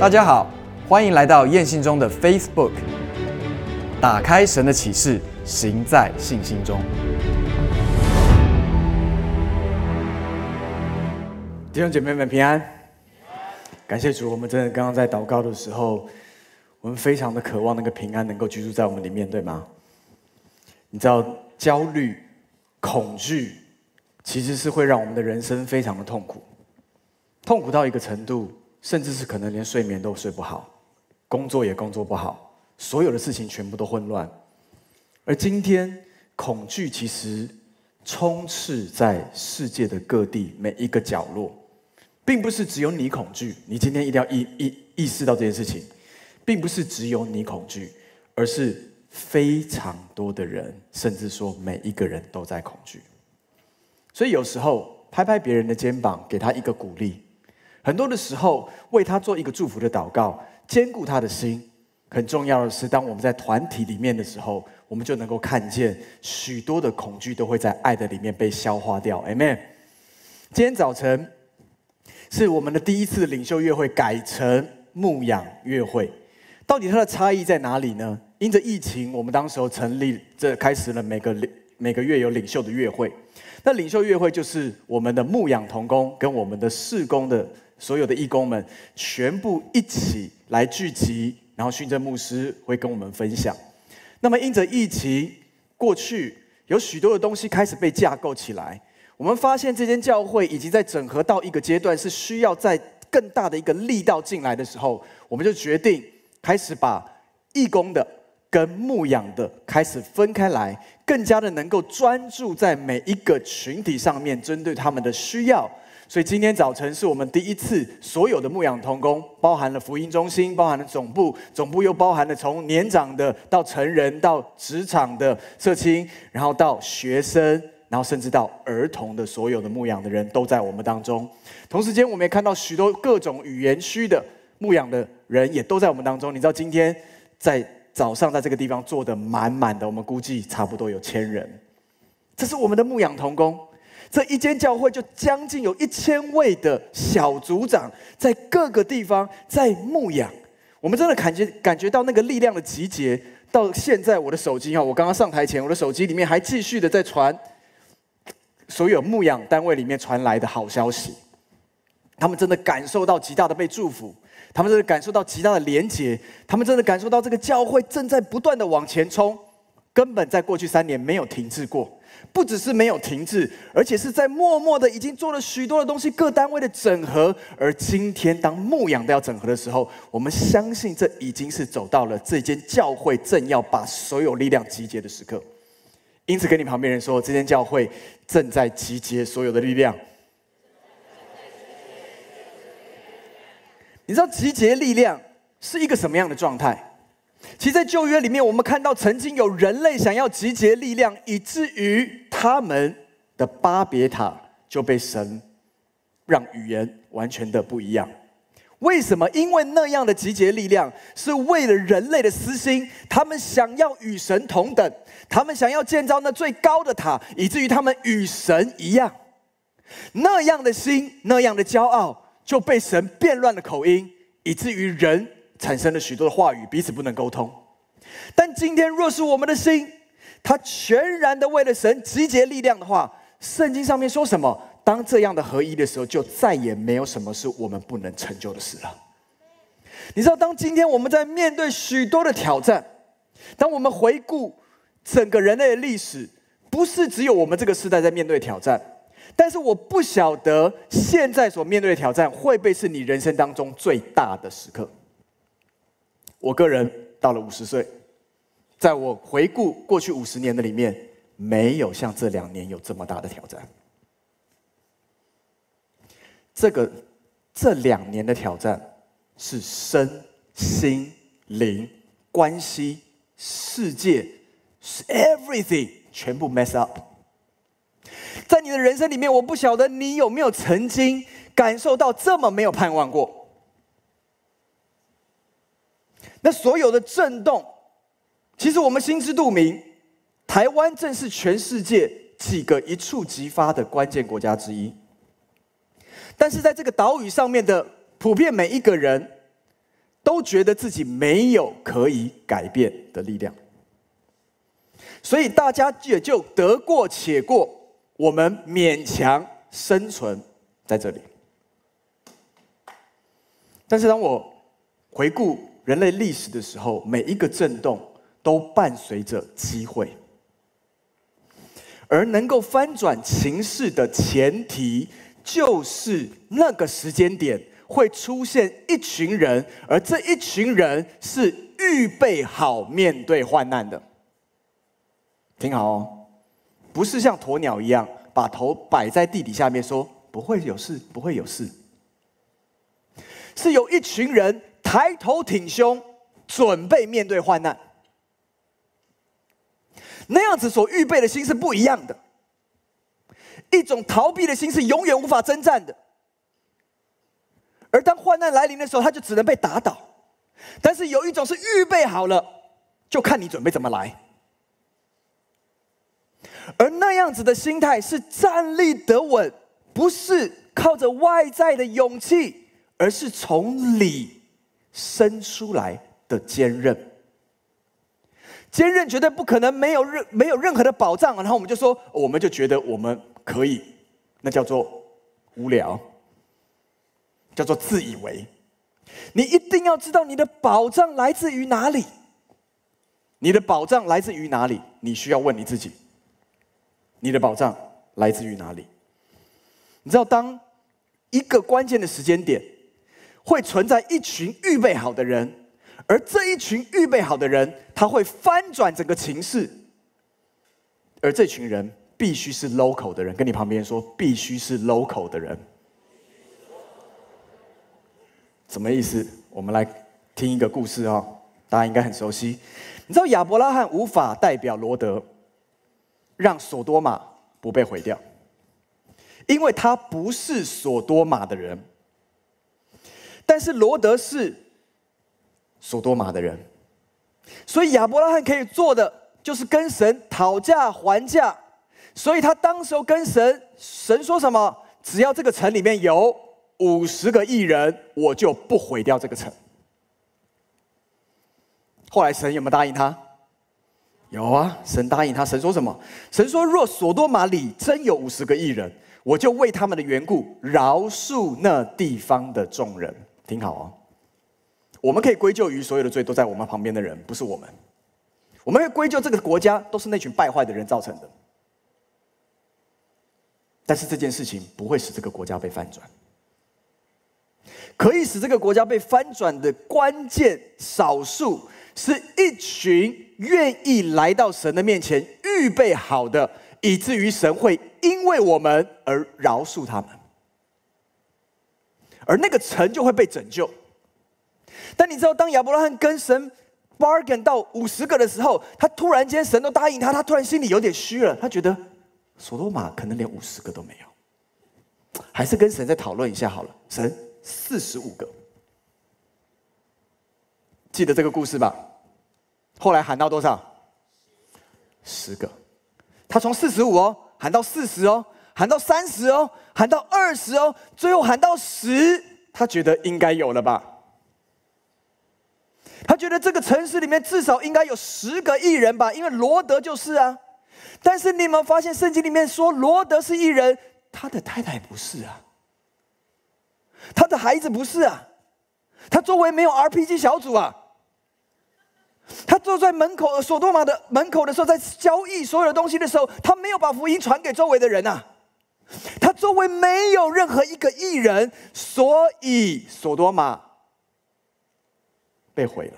大家好，欢迎来到彦信中的 Facebook， 打开神的启示，行在信心中。弟兄姐妹们平安，感谢主，我们真的刚刚在祷告的时候，我们非常的渴望那个平安能够居住在我们里面，对吗？你知道焦虑、恐惧，其实是会让我们的人生非常的痛苦，痛苦到一个程度，甚至是可能连睡眠都睡不好，工作也工作不好，所有的事情全部都混乱。而今天，恐惧其实充斥在世界的各地每一个角落，并不是只有你恐惧，你今天一定要意识到这件事情，并不是只有你恐惧，而是非常多的人，甚至说每一个人都在恐惧。所以有时候拍拍别人的肩膀，给他一个鼓励，很多的时候为他做一个祝福的祷告，坚固他的心。很重要的是，当我们在团体里面的时候，我们就能够看见许多的恐惧都会在爱的里面被消化掉。 Amen。 今天早晨是我们的第一次领袖月会改成牧养月会，到底它的差异在哪里呢？因着疫情，我们当时开始了每个月有领袖的月会。那领袖月会就是我们的牧养同工跟我们的事工的所有的义工们全部一起来聚集，然后训政牧师会跟我们分享。那么因着疫情过去，有许多的东西开始被架构起来，我们发现这间教会已经在整合到一个阶段，是需要在更大的一个力道进来的时候，我们就决定开始把义工的跟牧养的开始分开来，更加的能够专注在每一个群体上面，针对他们的需要。所以今天早晨是我们第一次，所有的牧养同工，包含了福音中心，包含了总部，总部又包含了从年长的到成人，到职场的社青，然后到学生，然后甚至到儿童的所有的牧养的人都在我们当中。同时间，我们也看到许多各种语言区的牧养的人也都在我们当中。你知道今天在早上在这个地方坐得满满的，我们估计差不多有1000人。这是我们的牧养同工，这一间教会就将近有1000位的小组长，在各个地方在牧养。我们真的感觉到那个力量的集结。到现在我的手机，我刚刚上台前，我的手机里面还继续的在传所有牧养单位里面传来的好消息。他们真的感受到极大的被祝福，他们真的感受到极大的连结，他们真的感受到这个教会正在不断的往前冲，根本在过去3年没有停滞过。不只是没有停滞，而且是在默默的已经做了许多的东西，各单位的整合。而今天当牧养都要整合的时候，我们相信这已经是走到了这间教会正要把所有力量集结的时刻。因此跟你旁边人说，这间教会正在集结所有的力量。你知道集结力量是一个什么样的状态？其实在旧约里面，我们看到曾经有人类想要集结力量，以至于他们的巴别塔就被神让语言完全的不一样。为什么？因为那样的集结力量是为了人类的私心，他们想要与神同等，他们想要建造那最高的塔，以至于他们与神一样。那样的心，那样的骄傲，就被神变乱了口音，以至于人产生了许多的话语，彼此不能沟通。但今天若是我们的心，它全然的为了神集结力量的话，圣经上面说什么？当这样的合一的时候，就再也没有什么是我们不能成就的事了。你知道，当今天我们在面对许多的挑战，当我们回顾整个人类的历史，不是只有我们这个时代在面对挑战，但是我不晓得现在所面对的挑战会不会是你人生当中最大的时刻。我个人到了50岁，在我回顾过去50年的里面，没有像这2年有这么大的挑战。这2年的挑战是身心灵关系世界是 everything 全部 mess up。 在你的人生里面，我不晓得你有没有曾经感受到这么没有盼望过。那所有的震动，其实我们心知肚明，台湾正是全世界几个一触即发的关键国家之一。但是在这个岛屿上面的普遍每一个人， 都觉得自己没有可以改变的力量，所以大家也就得过且过，我们勉强生存在这里。但是当我回顾人类历史的时候，每一个震动都伴随着机会，而能够翻转情势的前提，就是那个时间点会出现一群人，而这一群人是预备好面对患难的。听好哦，不是像鸵鸟一样把头摆在地底下面说不会有事，不会有事，是有一群人抬头挺胸，准备面对患难。那样子所预备的心是不一样的，一种逃避的心是永远无法征战的。而当患难来临的时候，他就只能被打倒。但是有一种是预备好了，就看你准备怎么来。而那样子的心态是站立得稳，不是靠着外在的勇气，而是从里生出来的坚韧。坚韧绝对不可能没有任何的保障，然后我们就说，我们就觉得我们可以，那叫做无聊，叫做自以为。你一定要知道你的保障来自于哪里。你的保障来自于哪里？你需要问你自己，你的保障来自于哪里？你知道，当一个关键的时间点，会存在一群预备好的人，而这一群预备好的人，他会翻转整个情势。而这群人必须是 local 的人，跟你旁边说，必须是 local 的人。什么意思？我们来听一个故事哦，大家应该很熟悉。你知道亚伯拉罕无法代表罗德，让所多玛不被毁掉，因为他不是所多玛的人。但是罗德是所多玛的人，所以亚伯拉罕可以做的就是跟神讨价还价。所以他当时候跟神说什么？只要这个城里面有50个义人，我就不毁掉这个城。后来神有没有答应他？有啊，神答应他。神说什么？神说，若所多玛里真有50个义人，我就为他们的缘故饶恕那地方的众人。听好哦，我们可以归咎于所有的罪都在我们旁边的人，不是我们。我们会归咎这个国家都是那群败坏的人造成的。但是这件事情不会使这个国家被翻转。可以使这个国家被翻转的关键少数，是一群愿意来到神的面前预备好的，以至于神会因为我们而饶恕他们，而那个城就会被拯救。但你知道，当亚伯拉罕跟神 bargain 到50个的时候，他突然间神都答应他，他突然心里有点虚了，他觉得所多玛可能连50个都没有，还是跟神再讨论一下好了。神45个，记得这个故事吧？后来喊到多少？10个。他从45哦喊到40哦，喊到30哦，喊到20哦，最后喊到10，他觉得应该有了吧？他觉得这个城市里面至少应该有10个义人吧，因为罗德就是啊。但是你有没有发现，圣经里面说罗德是义人，他的太太不是啊，他的孩子不是啊，他周围没有 RPG 小组啊，他坐在门口所多玛的门口的时候，在交易所有的东西的时候，他没有把福音传给周围的人啊，他周围没有任何一个义人，所以所多玛被毁了。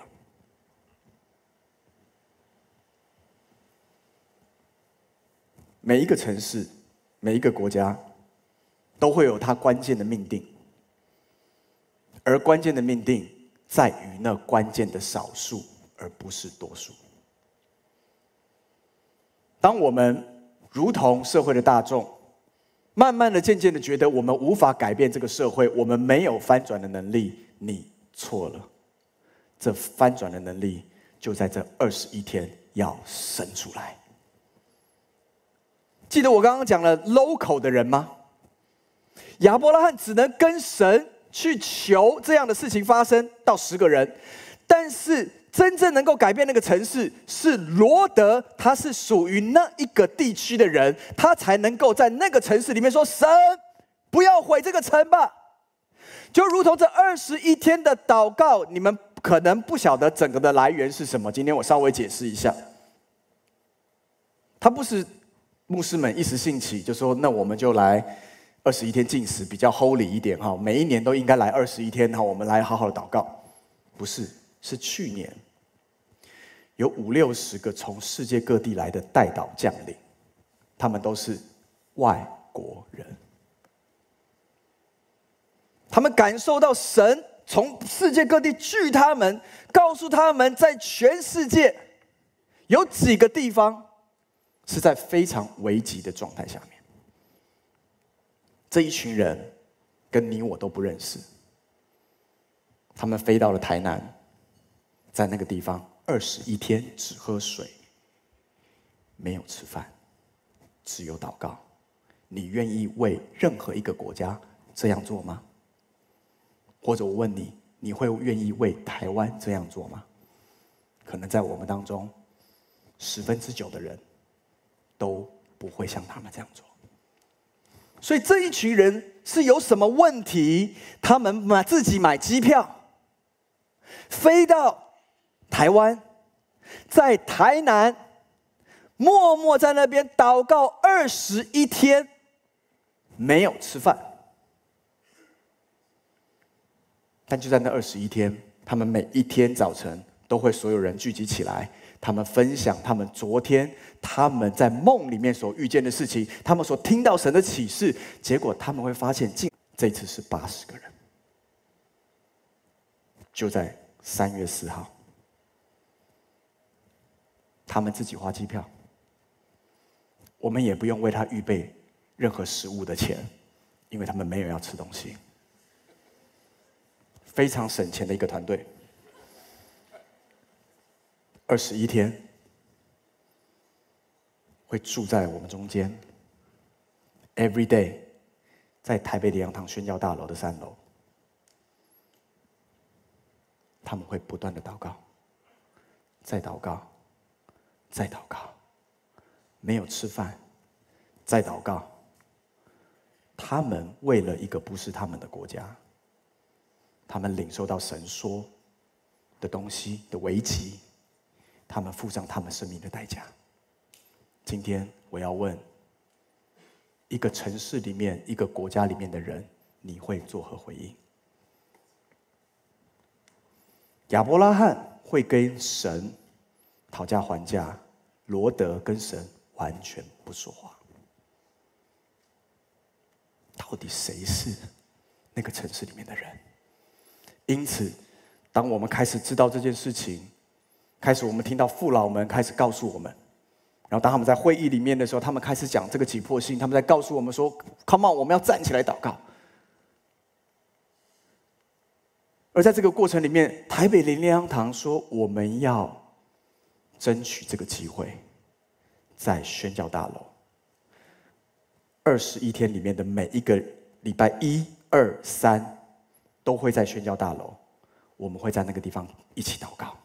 每一个城市，每一个国家，都会有它关键的命定，而关键的命定在于那关键的少数，而不是多数。当我们如同社会的大众，慢慢的、渐渐的觉得我们无法改变这个社会，我们没有翻转的能力，你错了。这翻转的能力就在这21天要生出来。记得我刚刚讲了 local 的人吗？亚伯拉罕只能跟神去求这样的事情发生到10个人，但是真正能够改变那个城市是罗德，他是属于那一个地区的人，他才能够在那个城市里面说：“神，不要毁这个城吧。”就如同这21天的祷告，你们可能不晓得整个的来源是什么。今天我稍微解释一下，他不是牧师们一时兴起就说：“那我们就来21天禁食，比较 holy 一点哈，每一年都应该来21天哈，我们来好好的祷告。”不是，是去年有50-60个从世界各地来的代祷将领，他们都是外国人。他们感受到神从世界各地聚他们，告诉他们在全世界有几个地方是在非常危急的状态下面。这一群人跟你我都不认识，他们飞到了台南，在那个地方21天只喝水，没有吃饭，只有祷告。你愿意为任何一个国家这样做吗？或者我问你，你会愿意为台湾这样做吗？可能在我们当中9%的人都不会像他们这样做。所以这一群人是有什么问题？他们自己买机票，飞到台湾，在台南默默在那边祷告21天，没有吃饭。但就在那21天，他们每一天早晨都会所有人聚集起来，他们分享他们昨天他们在梦里面所遇见的事情，他们所听到神的启示。结果他们会发现，这次是80个人。就在3月4号，他们自己花机票，我们也不用为他预备任何食物的钱，因为他们没有要吃东西。非常省钱的一个团队，21天会住在我们中间 ，every day， 在台北灵粮堂宣教大楼的3楼，他们会不断的祷告，再祷告，再祷告，没有吃饭，再祷告。他们为了一个不是他们的国家。他们领受到神说的东西的危机，他们付上他们生命的代价。今天我要问，一个城市里面、一个国家里面的人，你会作何回应？亚伯拉罕会跟神讨价还价，罗德跟神完全不说话。到底谁是那个城市里面的人？因此，当我们开始知道这件事情，开始我们听到父老们开始告诉我们，然后当他们在会议里面的时候，他们开始讲这个急迫性，他们在告诉我们说 ：“Come on， 我们要站起来祷告。”而在这个过程里面，台北灵粮堂说：“我们要争取这个机会，在宣教大楼21天里面的每一个礼拜1、2、3。”都会在宣教大楼，我们会在那个地方一起祷告。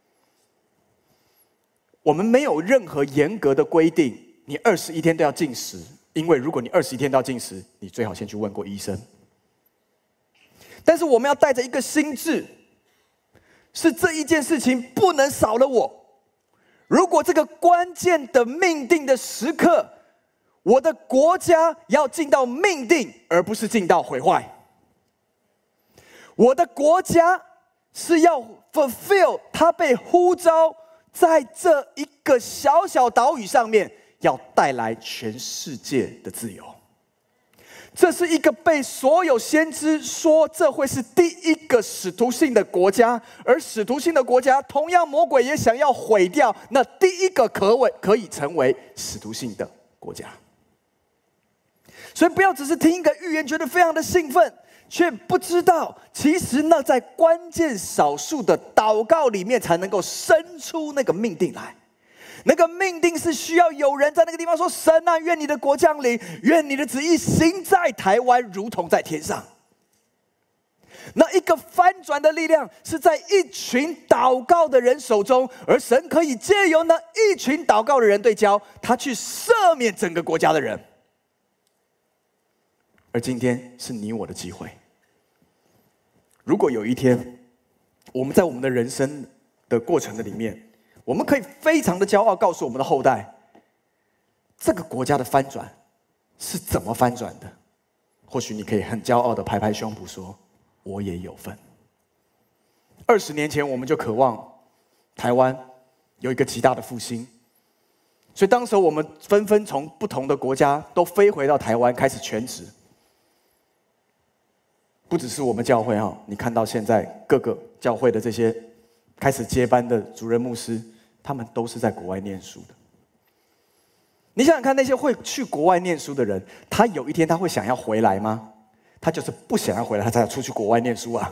我们没有任何严格的规定，你21天都要禁食，因为如果你21天都要禁食，你最好先去问过医生。但是我们要带着一个心志，是这一件事情不能少了我。如果这个关键的命定的时刻，我的国家要进到命定，而不是进到毁坏。我的国家是要 fulfill 他被呼召在这一个小小岛屿上面，要带来全世界的自由。这是一个被所有先知说这会是第一个使徒性的国家，而使徒性的国家，同样魔鬼也想要毁掉那第一个可以成为使徒性的国家。所以不要只是听一个预言觉得非常的兴奋，却不知道，其实那在关键少数的祷告里面，才能够生出那个命定来。那个命定是需要有人在那个地方说：“神啊，愿你的国降临，愿你的旨意行在台湾，如同在天上。” 那一个翻转的力量是在一群祷告的人手中，而神可以借由那一群祷告的人对焦，他去赦免整个国家的人。而今天是你我的机会。如果有一天，我们在我们的人生的过程的里面，我们可以非常的骄傲，告诉我们的后代，这个国家的翻转是怎么翻转的。或许你可以很骄傲的拍拍胸脯说，我也有份。20年前我们就渴望台湾有一个极大的复兴，所以当时我们纷纷从不同的国家都飞回到台湾开始全职。不只是我们教会你看到现在各个教会的这些开始接班的主任牧师，他们都是在国外念书的。你想想看，那些会去国外念书的人，他有一天他会想要回来吗？他就是不想要回来，他才要出去国外念书啊。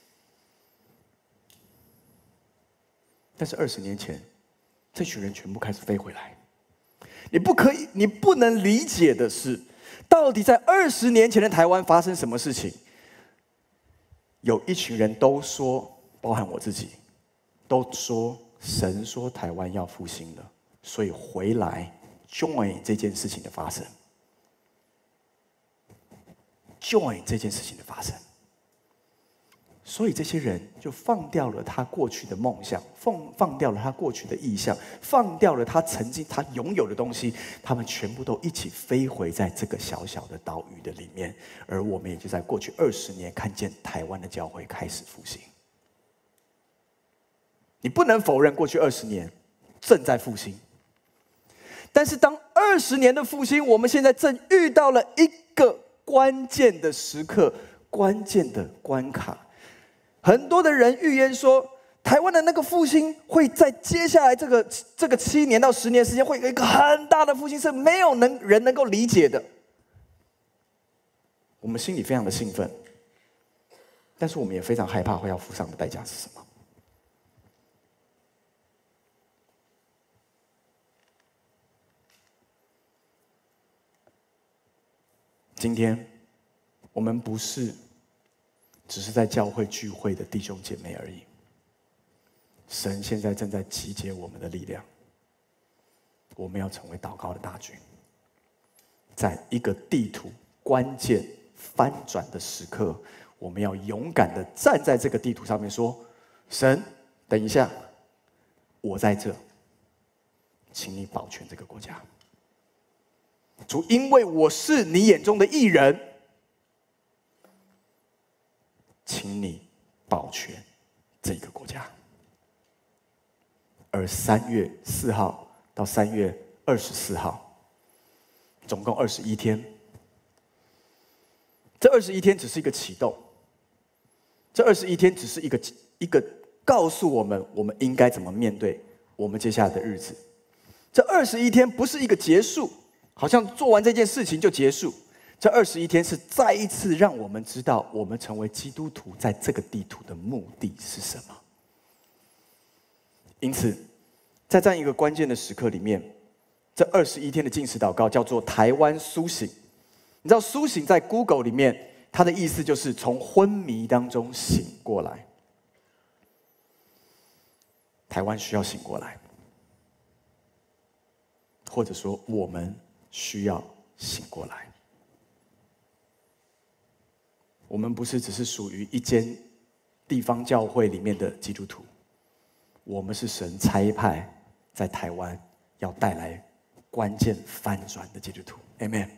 但是20年前，这群人全部开始飞回来。你不能理解的是，到底在20年前的台湾发生什么事情？有一群人都说，包含我自己，都说神说台湾要复兴了，所以回来 join 这件事情的发生。join 这件事情的发生，所以这些人就放掉了他过去的梦想，放掉了他过去的意向，放掉了他曾经他拥有的东西，他们全部都一起飞回在这个小小的岛屿的里面，而我们也就在过去20年看见台湾的教会开始复兴。你不能否认过去20年正在复兴，但是当20年的复兴，我们现在正遇到了一个关键的时刻，关键的关卡。很多的人预言说，台湾的那个复兴会在接下来这个7年到10年时间，会有一个很大的复兴，是没有人能够理解的。我们心里非常的兴奋，但是我们也非常害怕会要付上的代价是什么。今天我们不是只是在教会聚会的弟兄姐妹而已，神现在正在集结我们的力量，我们要成为祷告的大军，在一个地图关键翻转的时刻，我们要勇敢的站在这个地图上面说，神，等一下，我在这，请你保全这个国家。主，因为我是你眼中的义人，请你保全这个国家。而3月4号到3月24号，总共21天。这21天只是一个启动，这21天只是一个告诉我们应该怎么面对我们接下来的日子。这21天不是一个结束，好像做完这件事情就结束。这21天是再一次让我们知道，我们成为基督徒在这个地图的目的是什么。因此，在这样一个关键的时刻里面，这21天的禁食祷告叫做台湾苏醒。你知道苏醒在 Google 里面，它的意思就是从昏迷当中醒过来。台湾需要醒过来，或者说我们需要醒过来。我们不是只是属于一间地方教会里面的基督徒，我们是神差派在台湾要带来关键翻转的基督徒。 Amen。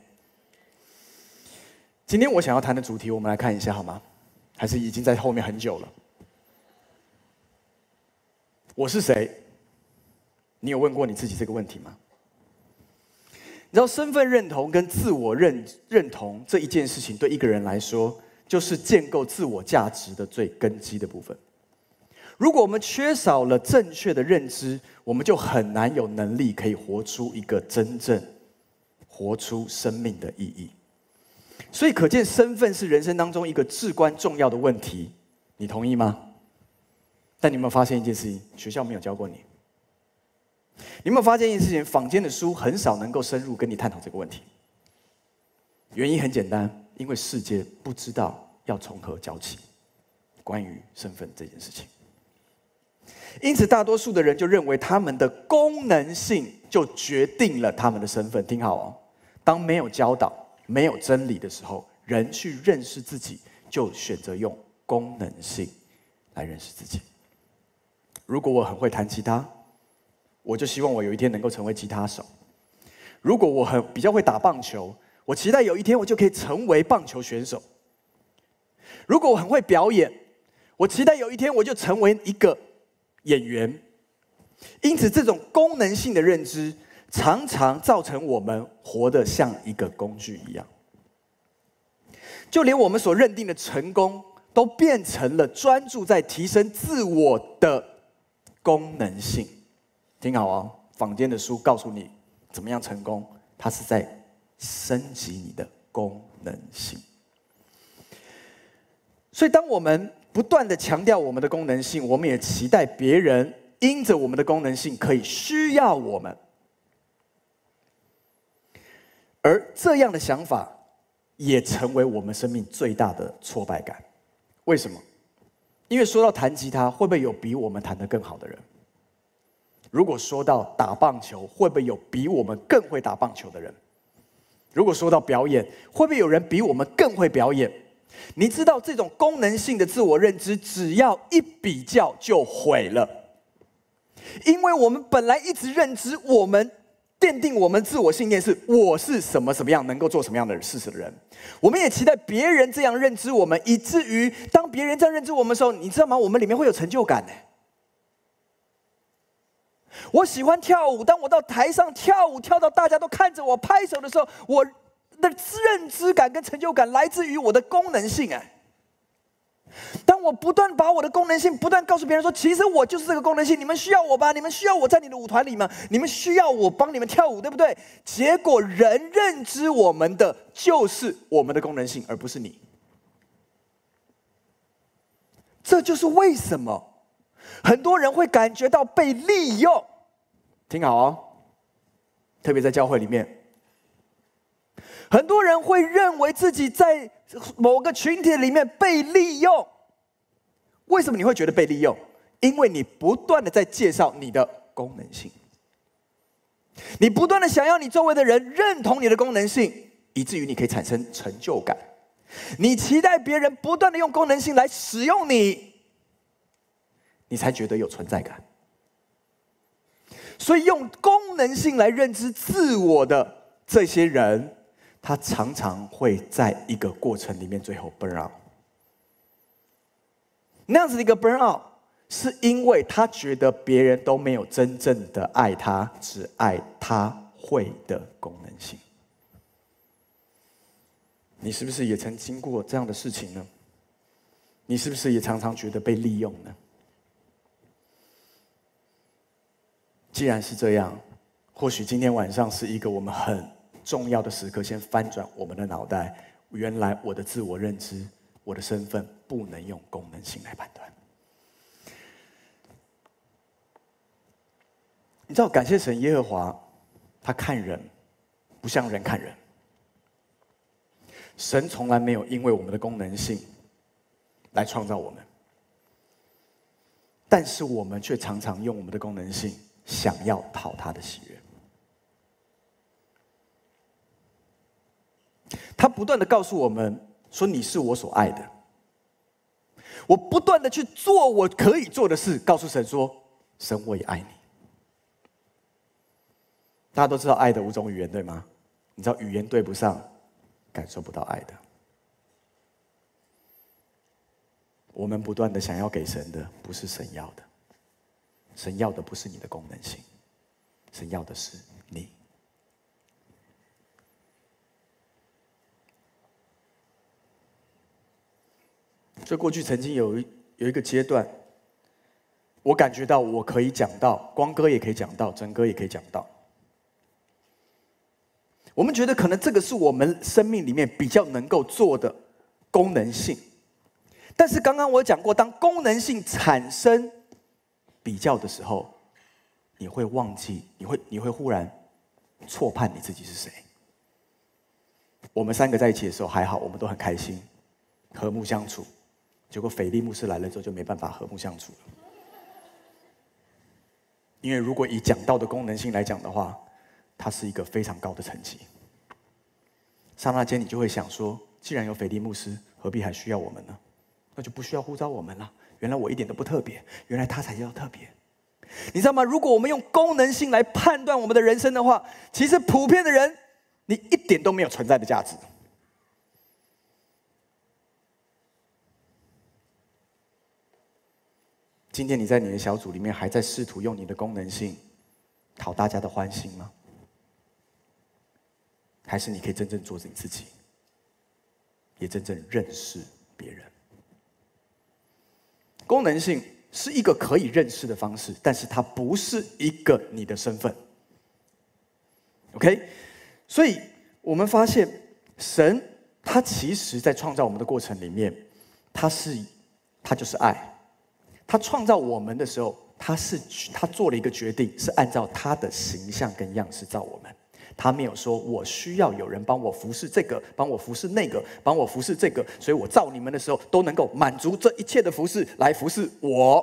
今天我想要谈的主题，我们来看一下好吗？还是已经在后面很久了？我是谁？你有问过你自己这个问题吗？你知道身份认同跟自我认同这一件事情，对一个人来说，就是建构自我价值的最根基的部分。如果我们缺少了正确的认知，我们就很难有能力可以活出一个真正活出生命的意义。所以可见身份是人生当中一个至关重要的问题，你同意吗？但你有没有发现一件事情？学校没有教过你。你有没有发现一件事情？坊间的书很少能够深入跟你探讨这个问题。原因很简单，因为世界不知道要从何教起。 关于身份这件事情。因此，大多数的人就认为他们的功能性就决定了他们的身份。听好哦，当没有教导、没有真理的时候，人去认识自己，就选择用功能性来认识自己。如果我很会弹吉他，我就希望我有一天能够成为吉他手；如果我比较会打棒球，我期待有一天我就可以成为棒球选手；如果我很会表演，我期待有一天我就成为一个演员。因此，这种功能性的认知常常造成我们活得像一个工具一样，就连我们所认定的成功，都变成了专注在提升自我的功能性。听好哦，坊间的书告诉你怎么样成功，它是在升级你的功能性。所以，当我们不断的强调我们的功能性，我们也期待别人因着我们的功能性可以需要我们。而这样的想法也成为我们生命最大的挫败感。为什么？因为说到弹吉他，会不会有比我们弹得更好的人？如果说到打棒球，会不会有比我们更会打棒球的人？如果说到表演，会不会有人比我们更会表演？你知道这种功能性的自我认知，只要一比较就毁了。因为我们本来一直认知，我们奠定我们自我信念是我是什么什么样，能够做什么样的事的人。我们也期待别人这样认知我们，以至于当别人这样认知我们的时候，你知道吗？我们里面会有成就感。我喜欢跳舞，当我到台上跳舞，跳到大家都看着我拍手的时候，我的认知感跟成就感来自于我的功能性。当我不断把我的功能性不断告诉别人说，其实我就是这个功能性，你们需要我吧？你们需要我在你的舞团里吗？你们需要我帮你们跳舞，对不对？结果人认知我们的就是我们的功能性，而不是你。这就是为什么很多人会感觉到被利用。听好哦，特别在教会里面，很多人会认为自己在某个群体里面被利用。为什么你会觉得被利用？因为你不断的在介绍你的功能性，你不断的想要你周围的人认同你的功能性，以至于你可以产生成就感。你期待别人不断的用功能性来使用你，你才觉得有存在感。所以用功能性来认知自我的这些人，他常常会在一个过程里面最后 burn out。那样子的一个 burn out， 是因为他觉得别人都没有真正的爱他，只爱他会的功能性。你是不是也曾经过这样的事情呢？你是不是也常常觉得被利用呢？既然是这样，或许今天晚上是一个我们很重要的时刻，先翻转我们的脑袋。原来我的自我认知，我的身份不能用功能性来判断。你知道，感谢神，耶和华他看人不像人看人。神从来没有因为我们的功能性来创造我们，但是我们却常常用我们的功能性想要讨他的喜悦。他不断的告诉我们说，你是我所爱的。我不断的去做我可以做的事，告诉神说，神我也爱你。大家都知道爱的5种语言，对吗？你知道语言对不上，感受不到爱的。我们不断的想要给神的，不是神要的。神要的不是你的功能性，神要的是你。所以过去曾经有一个阶段，我感觉到我可以讲道，光哥也可以讲道，整哥也可以讲道。我们觉得可能这个是我们生命里面比较能够做的功能性。但是刚刚我讲过，当功能性产生比较的时候，你会忘记，你会忽然错判你自己是谁。我们3个在一起的时候还好，我们都很开心，和睦相处， 结果斐利牧师来了之后就没办法和睦相处了。因为如果以讲道的功能性来讲的话，它是一个非常高的层级。刹那间你就会想说，既然有斐利牧师，何必还需要我们呢？那就不需要呼召我们了。原来我一点都不特别，原来他才叫特别。你知道吗？如果我们用功能性来判断我们的人生的话，其实普遍的人，你一点都没有存在的价值。今天你在你的小组里面还在试图用你的功能性讨大家的欢心吗？还是你可以真正做你自己，也真正认识别人？功能性是一个可以认识的方式，但是它不是一个你的身份。OK， 所以我们发现神他其实在创造我们的过程里面，他就是爱。他创造我们的时候，他做了一个决定，是按照他的形象跟样式造我们。他没有说我需要有人帮我服侍这个，帮我服侍那个，帮我服侍这个，所以我造你们的时候都能够满足这一切的服侍来服侍我。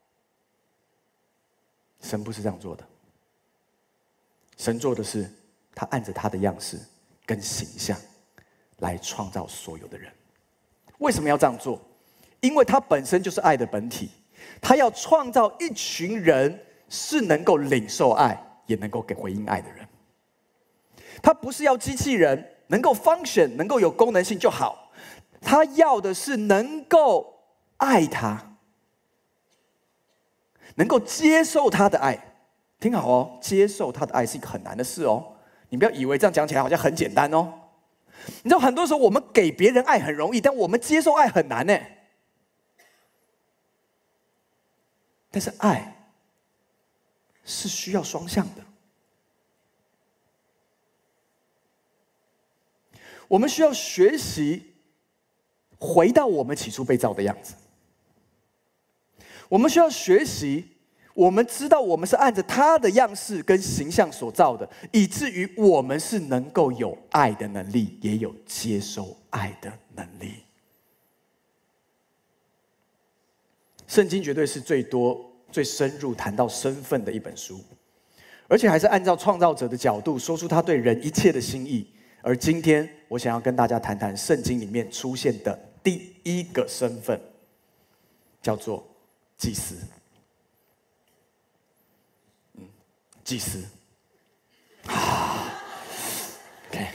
神不是这样做的。神做的是他按着他的样式跟形象来创造所有的人。为什么要这样做？因为他本身就是爱的本体。他要创造一群人是能够领受爱，也能够给回应爱的人。他不是要机器人能够 function， 能够有功能性就好。他要的是能够爱他，能够接受他的爱。听好哦，接受他的爱是一个很难的事哦。你不要以为这样讲起来好像很简单哦。你知道很多时候我们给别人爱很容易，但我们接受爱很难呢。但是爱是需要双向的。我们需要学习回到我们起初被造的样子。我们需要学习，我们知道我们是按着他的样式跟形象所造的，以至于我们是能够有爱的能力，也有接受爱的能力。圣经绝对是最多、最深入谈到身份的一本书，而且还是按照创造者的角度说出他对人一切的心意。而今天，我想要跟大家谈谈圣经里面出现的第一个身份，叫做祭司。祭司。OK，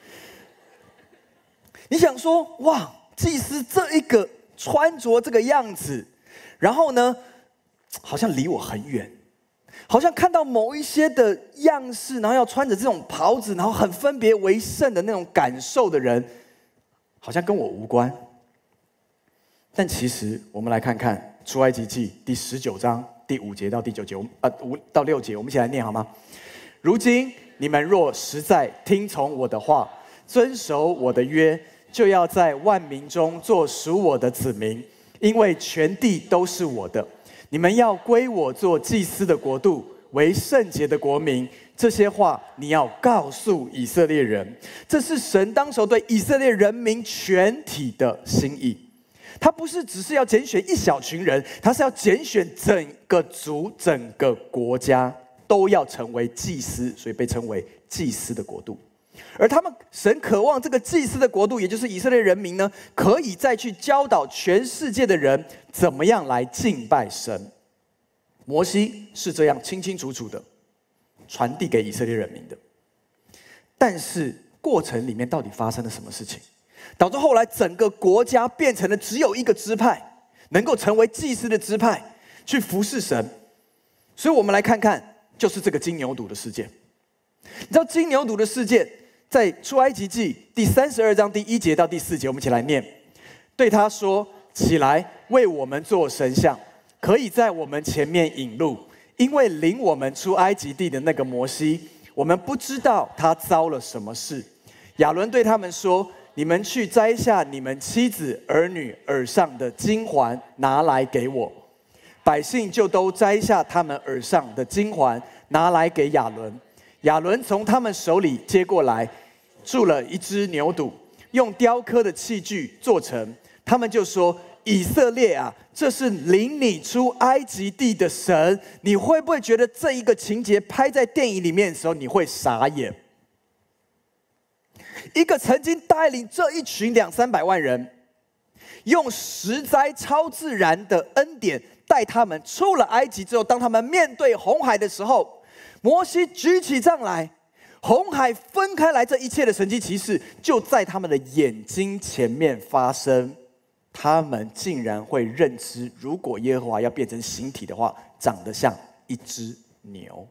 你想说，哇，祭司这一个穿着这个样子，然后呢，好像离我很远，好像看到某一些的样式，然后要穿着这种袍子，然后很分别为圣的那种感受的人，好像跟我无关。但其实我们来看看出埃及记第19章第5节到第9节，5到6节，我们一起来念好吗？如今你们若实在听从我的话，遵守我的约，就要在万民中做属我的子民，因为全地都是我的。你们要归我做祭司的国度，为圣洁的国民。这些话你要告诉以色列人，这是神当时对以色列人民全体的心意。他不是只是要拣选一小群人，他是要拣选整个族、整个国家都要成为祭司，所以被称为祭司的国度。而神渴望这个祭司的国度，也就是以色列人民呢，可以再去教导全世界的人怎么样来敬拜神。摩西是这样清清楚楚的传递给以色列人民的。但是过程里面到底发生了什么事情，导致后来整个国家变成了只有一个支派能够成为祭司的支派，去服侍神。所以我们来看看，就是这个金牛犊的事件。你知道金牛犊的事件在出埃及记第32章第1节到第4节，我们一起来念。对他说：起来，为我们做神像，可以在我们前面引路，因为领我们出埃及地的那个摩西，我们不知道他遭了什么事。亚伦对他们说：你们去摘下你们妻子儿女耳上的金环，拿来给我。百姓就都摘下他们耳上的金环，拿来给亚伦。亚伦从他们手里接过来，铸了一只牛犊，用雕刻的器具做成。他们就说： 以色列啊，这是领你出埃及地的神。你会不会觉得这一个情节拍在电影里面的时候，你会傻眼？一个曾经带领这一群200-300万人，用实在超自然的恩典带他们出了埃及之后，当他们面对红海的时候，摩西举起杖来，红海分开来，这一切的神迹奇事就在他们的眼睛前面发生。他们竟然会认知，如果耶和华要变成形体的话，长得像一只牛。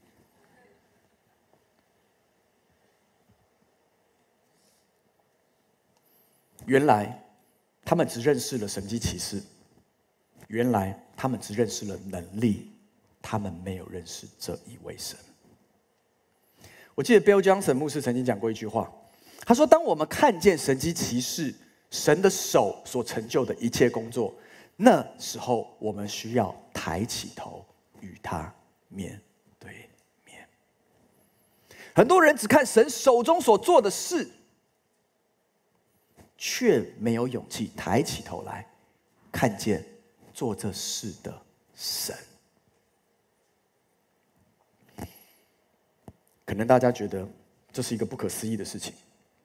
原来他们只认识了神迹奇事，原来他们只认识了能力，他们没有认识这一位神。我记得 Bill Johnson 牧师曾经讲过一句话，他说：“当我们看见神迹奇事，神的手所成就的一切工作，那时候我们需要抬起头与他面对面。”很多人只看神手中所做的事，却没有勇气抬起头来看见做这事的神。可能大家觉得这是一个不可思议的事情，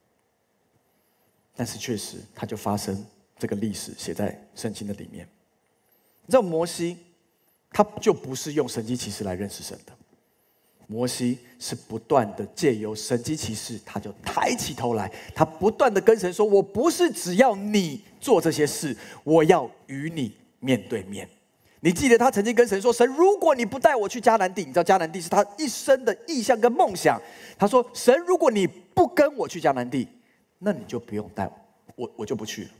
但是确实它就发生，这个历史写在圣经的里面。你知道摩西他就不是用神迹奇事来认识神的，摩西是不断的借由神迹奇事，他就抬起头来，他不断的跟神说：“我不是只要你做这些事，我要与你面对面。”你记得他曾经跟神说：“神，如果你不带我去迦南地，你知道迦南地是他一生的意向跟梦想。他说：神，如果你不跟我去迦南地，那你就不用带我，我就不去了。”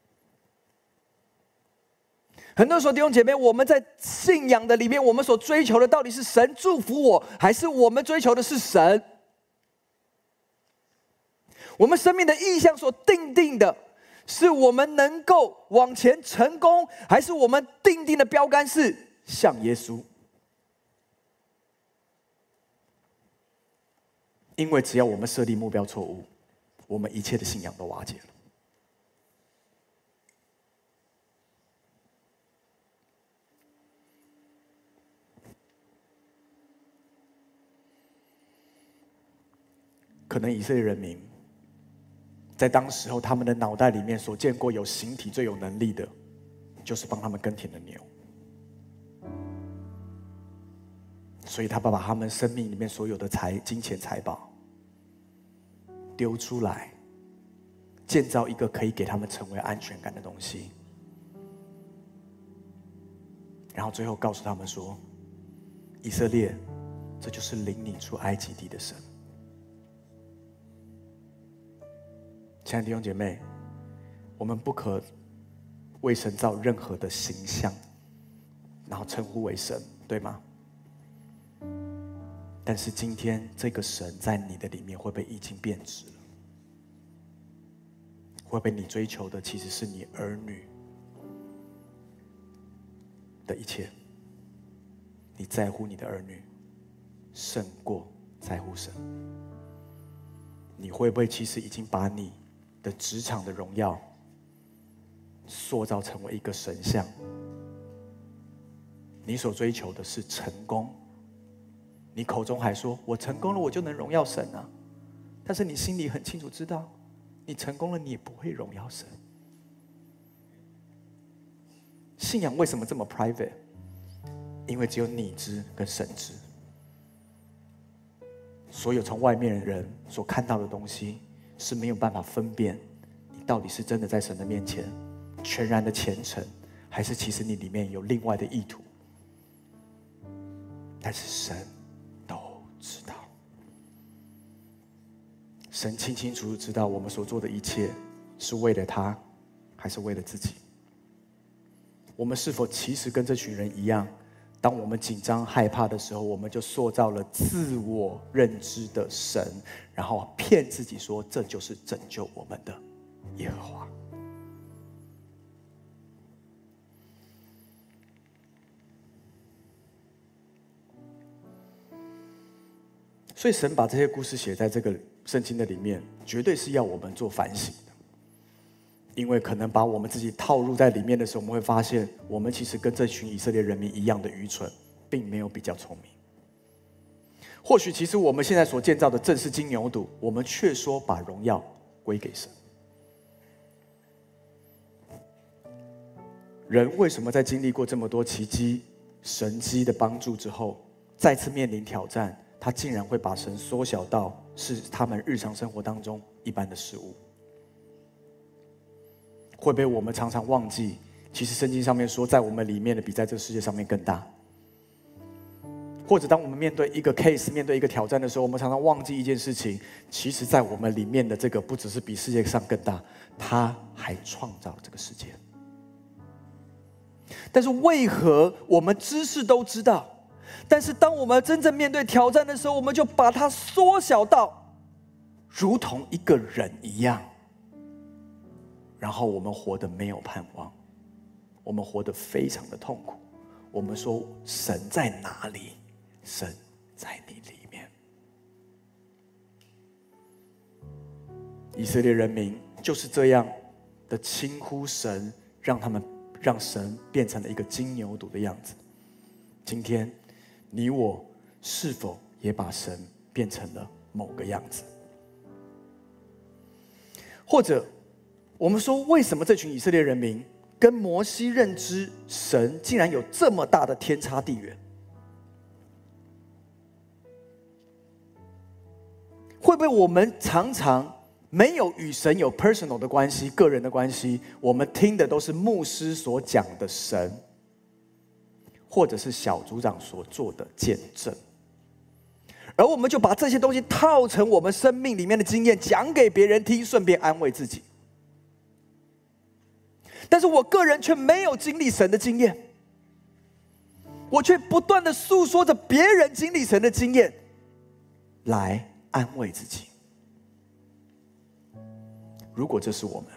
很多时候，弟兄姐妹，我们在信仰的里面，我们所追求的到底是神祝福我，还是我们追求的是神？我们生命的意向所定的，是我们能够往前成功，还是我们定的标杆是像耶稣？因为只要我们设立目标错误，我们一切的信仰都瓦解了。可能以色列人民在当时候，他们的脑袋里面所见过有形体最有能力的，就是帮他们耕田的牛。所以他把他们生命里面所有的金钱财宝丢出来，建造一个可以给他们成为安全感的东西，然后最后告诉他们说：以色列，这就是领你出埃及地的神。亲爱的弟兄姐妹，我们不可为神造任何的形象，然后称呼为神，对吗？但是今天这个神在你的里面会不会已经变质了？会不会你追求的其实是你儿女的一切？你在乎你的儿女胜过在乎神？你会不会其实已经把你的职场的荣耀塑造成为一个神像？你所追求的是成功，你口中还说我成功了，我就能荣耀神啊，但是你心里很清楚知道，你成功了，你也不会荣耀神。信仰为什么这么 private？ 因为只有你知跟神知，所有从外面的人所看到的东西是没有办法分辨你到底是真的在神的面前全然的虔诚，还是其实你里面有另外的意图。但是神都知道，神清清楚楚知道我们所做的一切是为了他，还是为了自己。我们是否其实跟这群人一样，当我们紧张害怕的时候，我们就塑造了自我认知的神，然后骗自己说这就是拯救我们的耶和华。所以神把这些故事写在这个圣经的里面，绝对是要我们做反省的。 因为可能把我们自己套入在里面的时候，我们会发现，我们其实跟这群以色列人民一样的愚蠢，并没有比较聪明。或许其实我们现在所建造的正是金牛犊，我们却说把荣耀归给神。人为什么在经历过这么多奇迹、神迹的帮助之后，再次面临挑战，他竟然会把神缩小到是他们日常生活当中一般的事物？会不会我们常常忘记，其实圣经上面说，在我们里面的比在这个世界上面更大？或者当我们面对一个 case、面对一个挑战的时候，我们常常忘记一件事情，其实在我们里面的这个不只是比世界上更大，他还创造了这个世界。但是为何我们知识都知道，但是当我们真正面对挑战的时候，我们就把它缩小到如同一个人一样，然后我们活得没有盼望，我们活得非常的痛苦。我们说神在哪里？神在你里面。以色列人民就是这样的轻忽神，让神变成了一个金牛犊的样子。今天你我是否也把神变成了某个样子？或者我们说，为什么这群以色列人民跟摩西认知神竟然有这么大的天差地远？会不会我们常常没有与神有 personal 的关系、个人的关系，我们听的都是牧师所讲的神，或者是小组长所做的见证，而我们就把这些东西套成我们生命里面的经验，讲给别人听，顺便安慰自己。但是我个人却没有经历神的经验，我却不断的诉说着别人经历神的经验，来安慰自己。如果这是我们，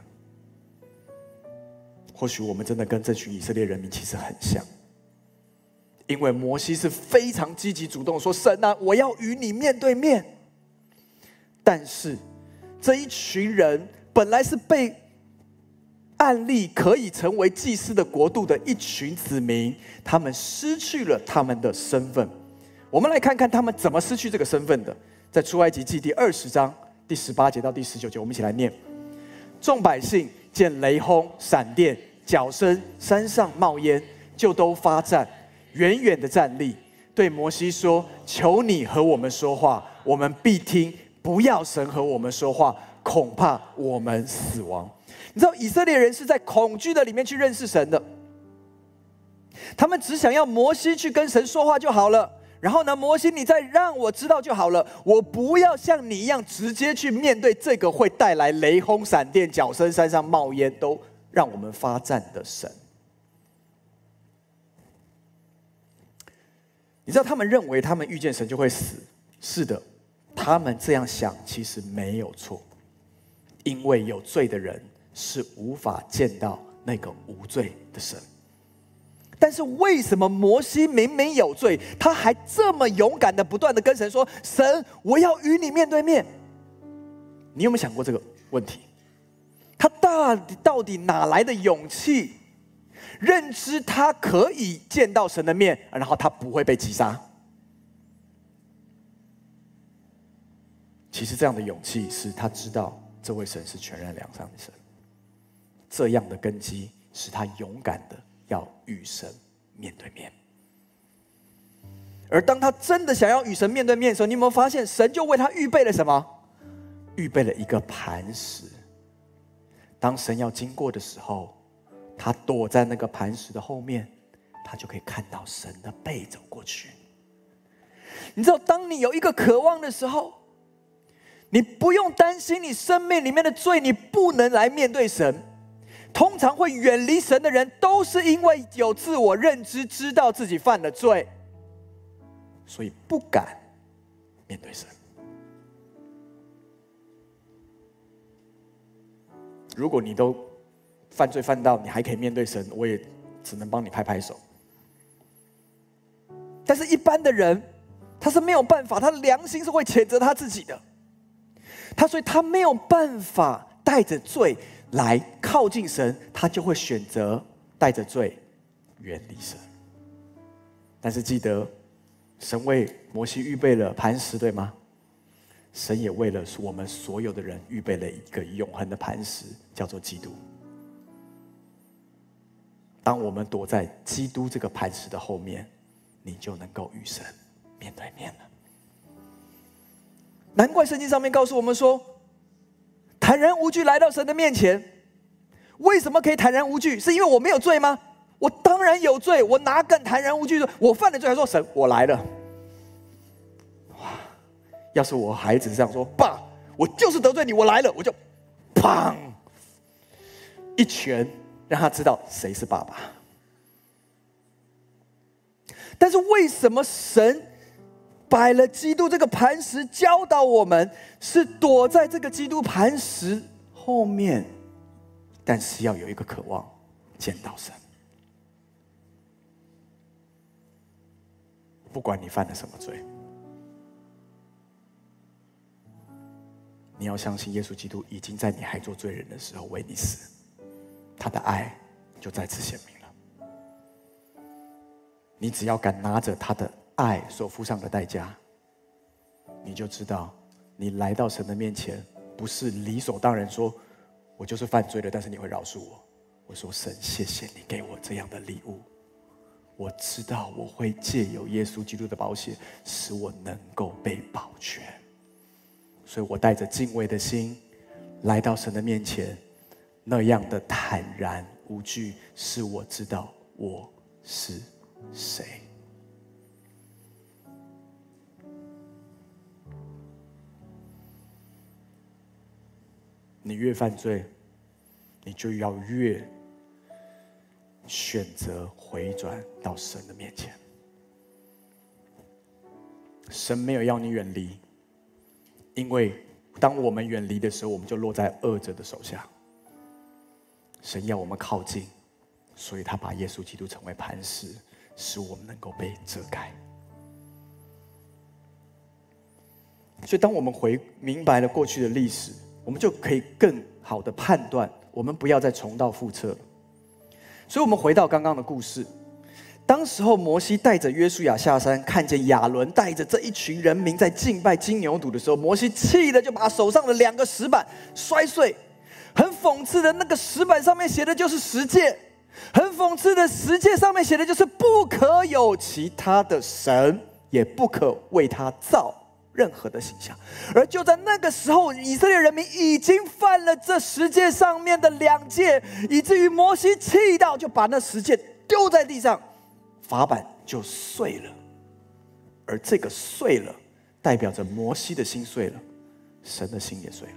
或许我们真的跟这群以色列人民其实很像。因为摩西是非常积极主动说，神啊，我要与你面对面。但是这一群人本来是被按立可以成为祭司的国度的一群子民，他们失去了他们的身份。我们来看看他们怎么失去这个身份的。在出埃及记第20章第18节到第19节，我们一起来念。众百姓见雷轰、闪电、角声，山上冒烟，就都发战，远远的站立，对摩西说：求你和我们说话，我们必听；不要神和我们说话，恐怕我们死亡。你知道以色列人是在恐惧的里面去认识神的，他们只想要摩西去跟神说话就好了。然后呢，摩西你再让我知道就好了，我不要像你一样直接去面对这个会带来雷轰、闪电、角声、山上冒烟都让我们发战的神。你知道他们认为他们遇见神就会死，是的，他们这样想其实没有错，因为有罪的人是无法见到那个无罪的神。但是为什么摩西明明有罪，他还这么勇敢的不断的跟神说，神，我要与你面对面？你有没有想过这个问题？他到底哪来的勇气，认知他可以见到神的面，然后他不会被击杀？其实这样的勇气是他知道这位神是全然良善的神，这样的根基使他勇敢的要与神面对面。而当他真的想要与神面对面的时候，你有没有发现神就为他预备了什么？预备了一个磐石。当神要经过的时候，他躲在那个磐石的后面，他就可以看到神的背走过去。你知道，当你有一个渴望的时候，你不用担心你生命里面的罪，你不能来面对神。通常会远离神的人，都是因为有自我认知，知道自己犯了罪，所以不敢面对神。如果你都犯罪犯到你还可以面对神，我也只能帮你拍拍手。但是一般的人，他是没有办法，他的良心是会谴责他自己的，所以他没有办法带着罪来靠近神，他就会选择带着罪远离神。但是记得，神为摩西预备了磐石，对吗？神也为了我们所有的人预备了一个永恒的磐石，叫做基督。当我们躲在基督这个磐石的后面，你就能够与神面对面了。难怪圣经上面告诉我们说，坦然无惧来到神的面前。为什么可以坦然无惧？是因为我没有罪吗？我当然有罪，我哪敢坦然无惧？我犯了罪还说神，我来了。哇！要是我孩子这样说，爸，我就是得罪你，我来了，我就砰一拳，让他知道谁是爸爸。但是为什么神摆了基督这个磐石，教导我们是躲在这个基督磐石后面，但是要有一个渴望见到神。不管你犯了什么罪，你要相信耶稣基督已经在你还做罪人的时候为你死，他的爱就再次显明了。你只要敢拿着他的爱所付上的代价，你就知道你来到神的面前，不是理所当然说我就是犯罪了，但是你会饶恕我。我说神，谢谢你给我这样的礼物，我知道我会借由耶稣基督的宝血使我能够被保全，所以我带着敬畏的心来到神的面前，那样的坦然无惧，是我知道我是谁。你越犯罪，你就要越选择回转到神的面前。神没有要你远离，因为当我们远离的时候，我们就落在恶者的手下。神要我们靠近，所以他把耶稣基督成为磐石，使我们能够被遮盖。所以当我们明白了过去的历史，我们就可以更好的判断，我们不要再重蹈覆辙了。所以我们回到刚刚的故事，当时候摩西带着约书亚下山，看见亚伦带着这一群人民在敬拜金牛犊的时候，摩西气的就把手上的2个石板摔碎。很讽刺的，那个石板上面写的就是十诫，很讽刺的，十诫上面写的就是不可有其他的神，也不可为他造任何的形象。而就在那个时候，以色列人民已经犯了这十诫上面的2诫，以至于摩西气到就把那10诫丢在地上，法版就碎了。而这个碎了，代表着摩西的心碎了，神的心也碎了。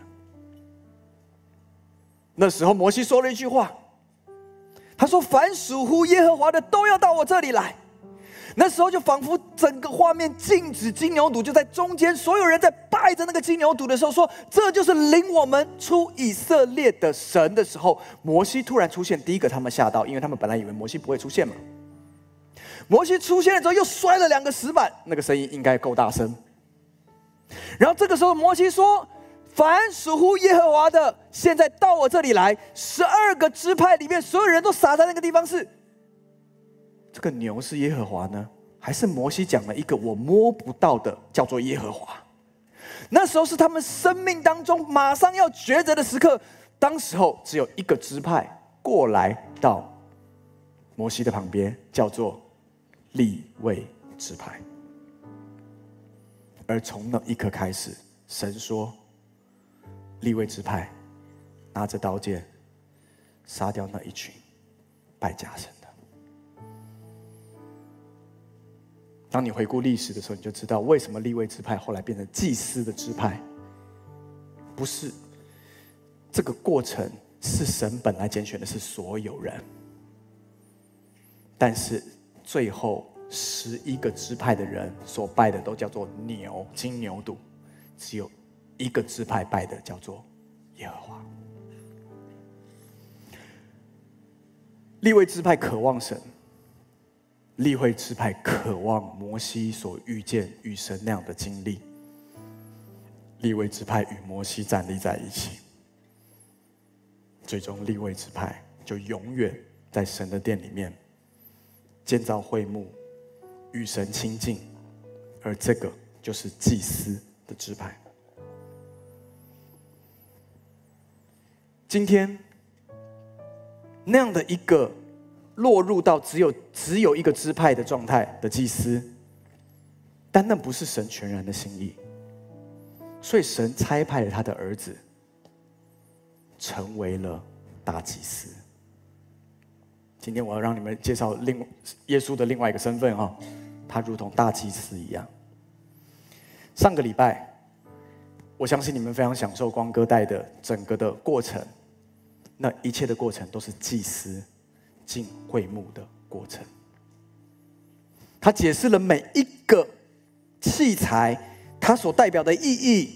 那时候摩西说了一句话，他说凡属乎耶和华的都要到我这里来。那时候就仿佛整个画面禁止金牛犊就在中间，所有人在拜着那个金牛犊的时候说，这就是领我们出以色列的神的时候，摩西突然出现。第一个他们吓到，因为他们本来以为摩西不会出现嘛。摩西出现了之后又摔了2个石板，那个声音应该够大声。然后这个时候摩西说，凡属乎耶和华的，现在到我这里来。12个支派里面，所有人都撒在那个地方，是这个牛是耶和华呢，还是摩西讲了一个我摸不到的叫做耶和华？那时候是他们生命当中马上要抉择的时刻。当时候只有一个支派过来到摩西的旁边，叫做利未支派。而从那一刻开始，神说利未支派拿着刀剑杀掉那一群拜假神的。当你回顾历史的时候，你就知道为什么利未支派后来变成祭司的支派。不是这个过程，是神本来拣选的是所有人，但是最后11个支派的人所拜的都叫做牛，金牛犊，只有一个支派拜的叫做耶和华。利未支派渴望神，利未支派渴望摩西所遇见与神那样的经历。利未支派与摩西站立在一起。 最终利未支派就永远在神的殿里面建造会幕，与神亲近，而这个就是祭司的支派。今天那样的一个落入到只有一个支派的状态的祭司，但那不是神全然的心意，所以神差派了他的儿子成为了大祭司。今天我要让你们介绍耶稣的另外一个身份哈，他如同大祭司一样。上个礼拜，我相信你们非常享受光哥带的整个的过程，那一切的过程都是祭司进会幕的过程。他解释了每一个器材它所代表的意义，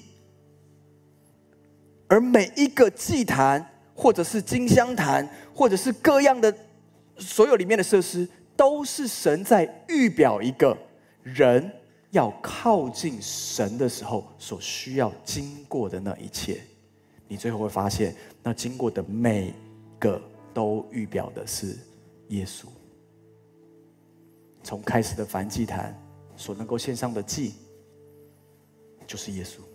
而每一个祭坛或者是金香坛或者是各样的所有里面的设施，都是神在预表一个人要靠近神的时候所需要经过的那一切。你最后会发现，那经过的每个都预表的是耶稣。从开始的燔祭坛所能够献上的祭，就是耶稣。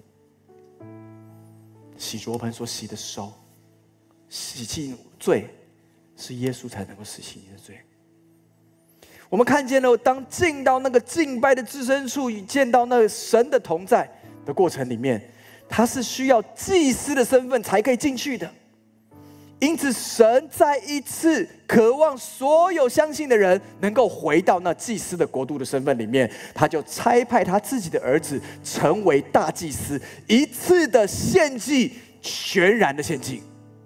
洗濯盆所洗的手，洗净罪，是耶稣才能够洗清你的罪。我们看见了，当进到那个敬拜的至深处，见到那个神的同在的过程里面，他是需要祭司的身份才可以进去的。因此，神再一次渴望所有相信的人能够回到那祭司的国度的身份里面，他就差派他自己的儿子成为大祭司，一次的献祭，全然的献祭，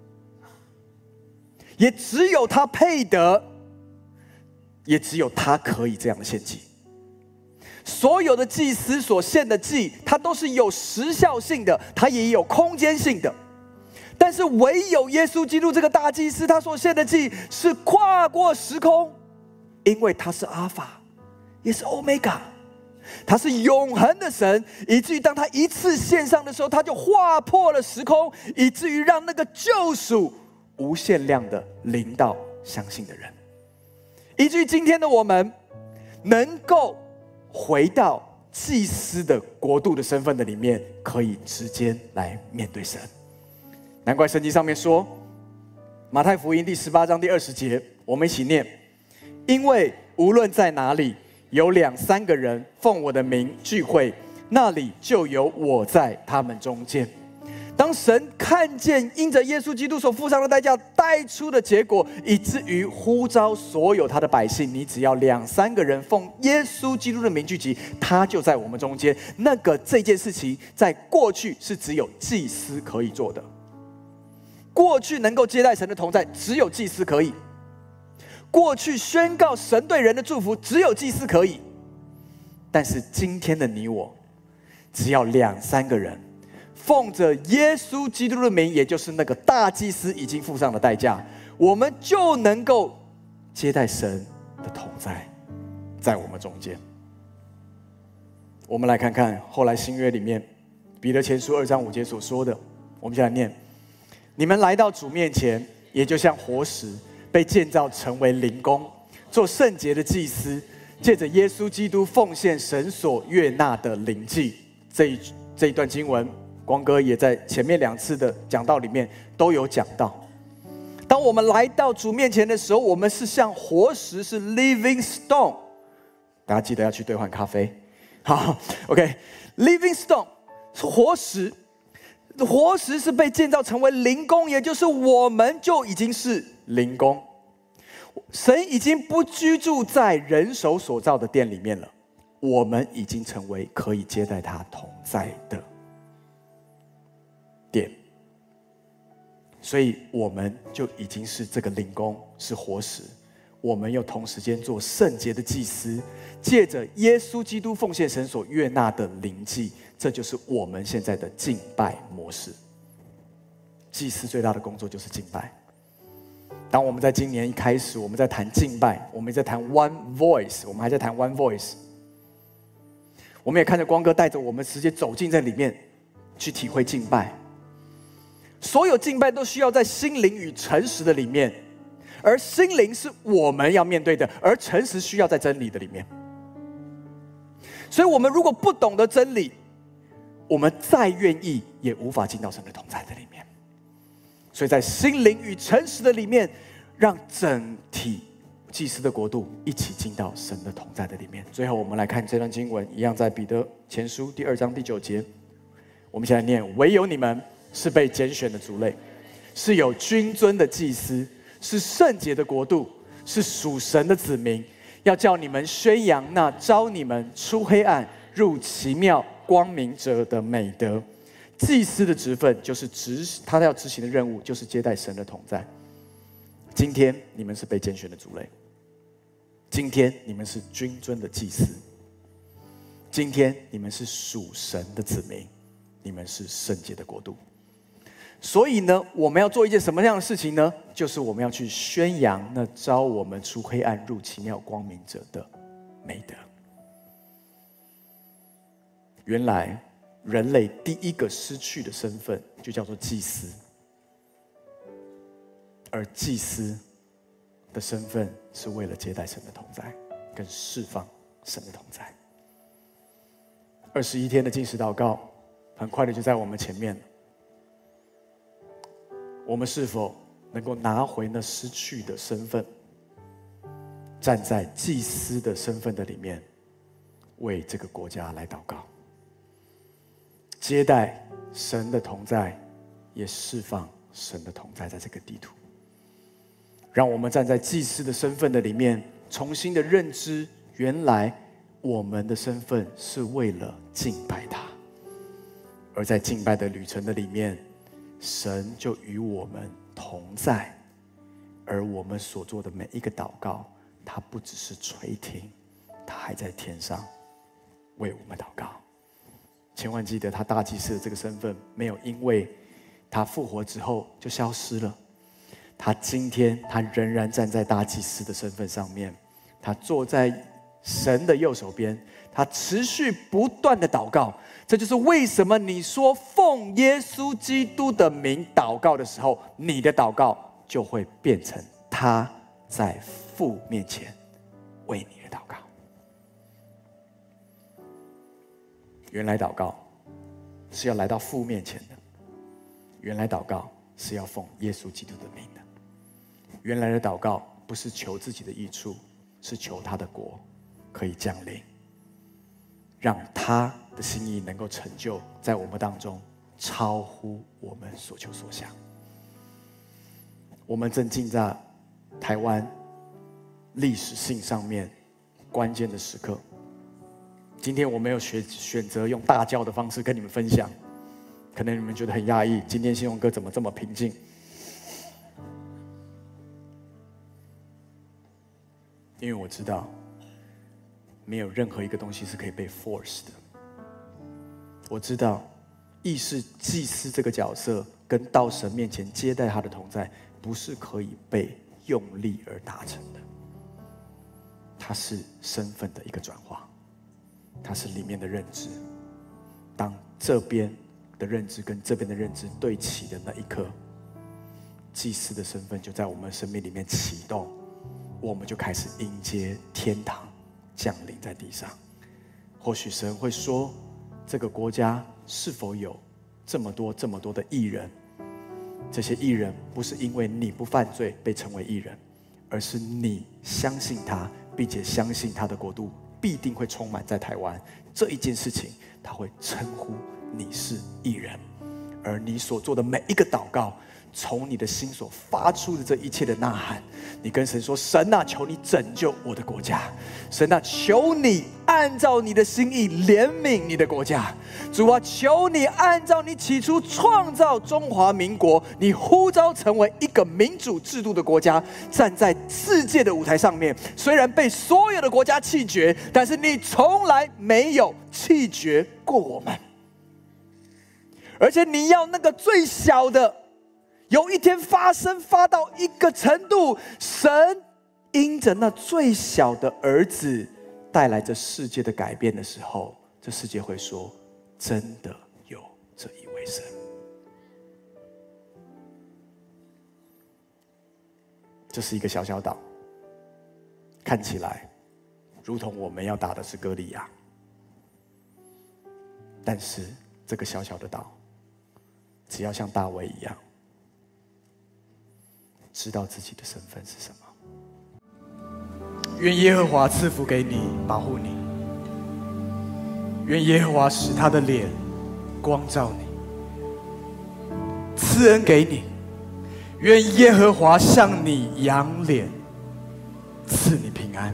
也只有他配得，也只有他可以这样的献祭。所有的祭司所献的祭，它都是有时效性的，它也有空间性的。但是唯有耶稣基督这个大祭司，他所献的祭是跨过时空，因为他是阿尔法，也是欧米伽，他是永恒的神，以至于当他一次献上的时候，他就划破了时空，以至于让那个救赎无限量的临到相信的人，以至于今天的我们能够回到祭司的国度的身份的里面，可以直接来面对神。难怪圣经上面说，马太福音第18章第20节，我们一起念：因为无论在哪里有2、3个人奉我的名聚会，那里就有我在他们中间。当神看见因着耶稣基督所付上的代价带出的结果，以至于呼召所有他的百姓，你只要2、3个人奉耶稣基督的名聚集，他就在我们中间。这件事情在过去是只有祭司可以做的，过去能够接待神的同在只有祭司可以，过去宣告神对人的祝福只有祭司可以。但是今天的你我，只要2、3个人奉着耶稣基督的名，也就是那个大祭司已经付上的代价，我们就能够接待神的同在在我们中间。我们来看看后来新约里面彼得前书2章5节所说的，我们先来念：你们来到主面前，也就像活石被建造成为灵宫，做圣洁的祭司，借着耶稣基督奉献神所悦纳的灵祭。这一段经文，光哥也在前面2次的讲道里面都有讲到。当我们来到主面前的时候，我们是像活石，是 living stone。大家记得要去兑换咖啡。好 ，OK，living stone 是活石。活石是被建造成为灵宫，也就是我们就已经是灵宫。神已经不居住在人手所造的殿里面了，我们已经成为可以接待他同在的殿，所以我们就已经是这个灵宫，是活石。我们又同时间做圣洁的祭司，借着耶稣基督奉献神所悦纳的灵祭，这就是我们现在的敬拜模式。祭司最大的工作就是敬拜。当我们在今年一开始，我们在谈敬拜，我们在谈 One Voice， 我们还在谈 One Voice。我们也看着光哥带着我们直接走进这里面，去体会敬拜。 所有敬拜都需要在心灵与诚实的里面，而心灵是我们要面对的，而诚实需要在真理的里面。所以我们如果不懂得真理，我们再愿意也无法进到神的同在的里面。所以在心灵与诚实的里面，让整体祭司的国度一起进到神的同在的里面。最后我们来看这段经文，一样在彼得前书第2章第9节，我们一起来念：唯有你们是被拣选的族类，是有君尊的祭司，是圣洁的国度，是属神的子民，要叫你们宣扬那召你们出黑暗入奇妙光明者的美德。祭司的职分就是他要执行的任务，就是接待神的同在。今天你们是被拣选的族类，今天你们是君尊的祭司，今天你们是属神的子民，你们是圣洁的国度。所以呢，我们要做一件什么样的事情呢？就是我们要去宣扬那召我们出黑暗入奇妙光明者的美德。原来人类第一个失去的身份就叫做祭司，而祭司的身份是为了接待神的同在，跟释放神的同在。21天的禁食祷告，很快的就在我们前面了。我们是否能够拿回那失去的身份，站在祭司的身份的里面，为这个国家来祷告，接待神的同在，也释放神的同在在这个地图。让我们站在祭司的身份的里面，重新的认知，原来我们的身份是为了敬拜他，而在敬拜的旅程的里面，神就与我们同在，而我们所做的每一个祷告，他不只是垂听，他还在天上为我们祷告。千万记得，他大祭司的这个身份没有因为他复活之后就消失了，他今天他仍然站在大祭司的身份上面，他坐在神的右手边，他持续不断的祷告。这就是为什么你说奉耶稣基督的名祷告的时候，你的祷告就会变成他在父面前为你的祷告。原来祷告是要来到父面前的，原来祷告是要奉耶稣基督的名的，原来的祷告不是求自己的益处，是求他的国可以降临，让他的心意能够成就在我们当中，超乎我们所求所想。我们正进在台湾历史性上面关键的时刻。今天我没有选择用大叫的方式跟你们分享，可能你们觉得很压抑，今天信用哥怎么这么平静？因为我知道没有任何一个东西是可以被 force 的。我知道意识祭司这个角色跟到神面前接待他的同在，不是可以被用力而达成的，它是身份的一个转化，它是里面的认知。当这边的认知跟这边的认知对齐的那一刻，祭司的身份就在我们生命里面启动，我们就开始迎接天堂降临在地上。或许神会说，这个国家是否有这么多的义人？这些义人不是因为你不犯罪被称为义人，而是你相信他，并且相信他的国度必定会充满在台湾。这一件事情，他会称呼你是义人，而你所做的每一个祷告，从你的心所发出的这一切的呐喊，你跟神说：神啊，求你拯救我的国家；神啊，求你按照你的心意怜悯你的国家；主啊，求你按照你起初创造中华民国，你呼召成为一个民主制度的国家，站在世界的舞台上面。虽然被所有的国家弃绝，但是你从来没有弃绝过我们，而且你要那个最小的有一天发到一个程度，神因着那最小的儿子带来这世界的改变的时候，这世界会说：真的有这一位神。 这是一个小小岛，看起来如同我们要打的是歌利亚，但是这个小小的岛，只要像大卫一样，知道自己的身份是什么。愿耶和华赐福给你，保护你。愿耶和华使他的脸光照你，赐恩给你。愿耶和华向你扬脸，赐你平安。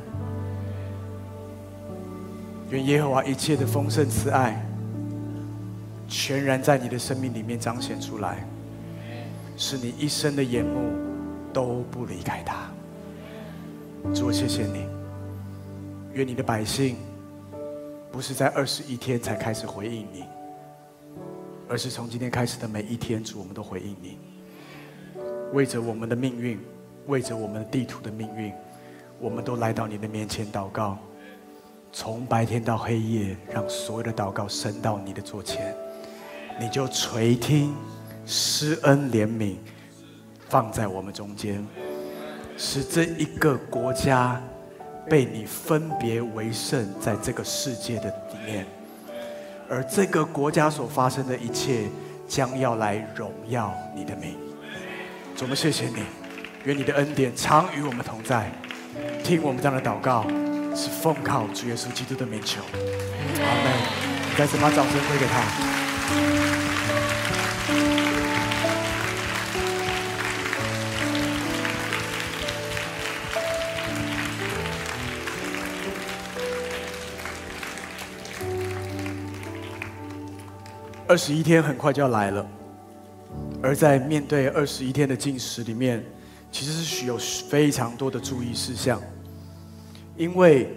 愿耶和华一切的丰盛慈爱，全然在你的生命里面彰显出来，使你一生的眼目都不离开他。主，我谢谢你。愿你的百姓不是在21天才开始回应你，而是从今天开始的每一天，主，我们都回应你。为着我们的命运，为着我们的地图的命运，我们都来到你的面前祷告。从白天到黑夜，让所有的祷告升到你的座前，你就垂听，施恩怜悯，放在我们中间，使这一个国家被你分别为圣，在这个世界的里面，而这个国家所发生的一切，将要来荣耀你的名。主，我们谢谢你，愿你的恩典常与我们同在。听我们这样的祷告，是奉靠主耶稣基督的名求，阿们。你再次把掌声归给他。21天很快就要来了，而在面对21天的禁食里面，其实是有非常多的注意事项，因为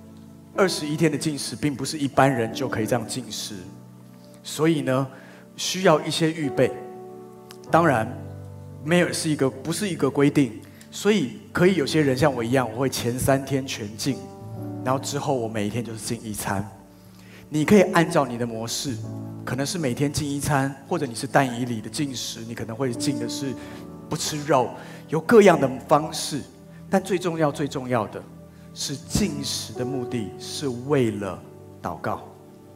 21天的禁食并不是一般人就可以这样禁食，所以呢，需要一些预备。当然，不是一个规定，所以可以有些人像我一样，我会前3天全禁，然后之后我每一天就是禁一餐。你可以按照你的模式，可能是每天禁一餐，或者你是但以理的禁食，你可能会禁的是不吃肉，有各样的方式。但最重要的是禁食的目的是为了祷告。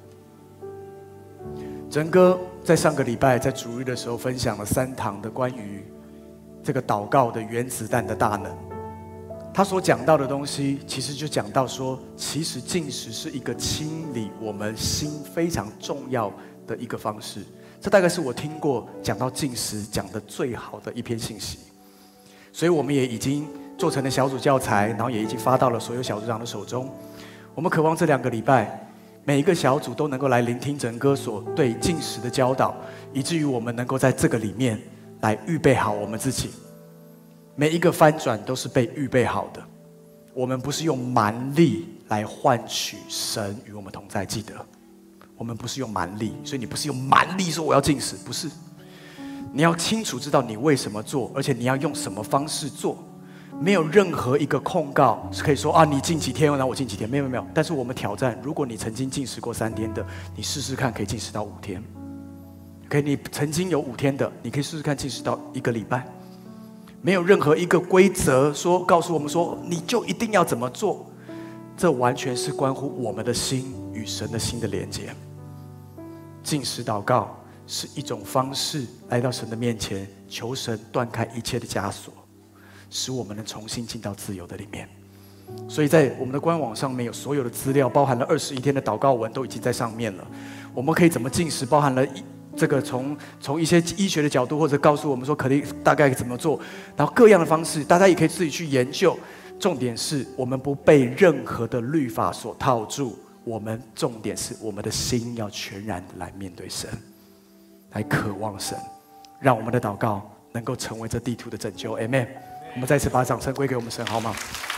整哥在上个礼拜在主日的时候分享了3堂的关于这个祷告的原子弹的大能。他所讲到的东西，其实就讲到说，其实禁食是一个清理我们心非常重要的一个方式。这大概是我听过讲到禁食讲的最好的一篇信息。所以我们也已经做成了小组教材，然后也已经发到了所有小组长的手中。我们渴望这2个礼拜，每一个小组都能够来聆听整哥所对禁食的教导，以至于我们能够在这个里面来预备好我们自己。每一个翻转都是被预备好的，我们不是用蛮力来换取神与我们同在。记得，我们不是用蛮力，所以你不是用蛮力说我要禁食，不是。你要清楚知道你为什么做，而且你要用什么方式做。没有任何一个控告是可以说啊，你禁几天，然后我禁几天，没有。但是我们挑战，如果你曾经禁食过3天的，你试试看可以禁食到5天。OK， 你曾经有5天的，你可以试试看禁食到1个礼拜。没有任何一个规则说告诉我们说你就一定要怎么做，这完全是关乎我们的心与神的心的连接。禁食祷告是一种方式，来到神的面前，求神断开一切的枷锁，使我们能重新进到自由的里面。所以在我们的官网上面有所有的资料，包含了21天的祷告文都已经在上面了。我们可以怎么禁食，包含了这个从一些医学的角度，或者告诉我们说可以大概怎么做，然后各样的方式，大家也可以自己去研究。重点是我们不被任何的律法所套住，我们重点是我们的心要全然的来面对神，来渴望神，让我们的祷告能够成为这地图的拯救。Amen。我们再次把掌声归给我们神，好吗？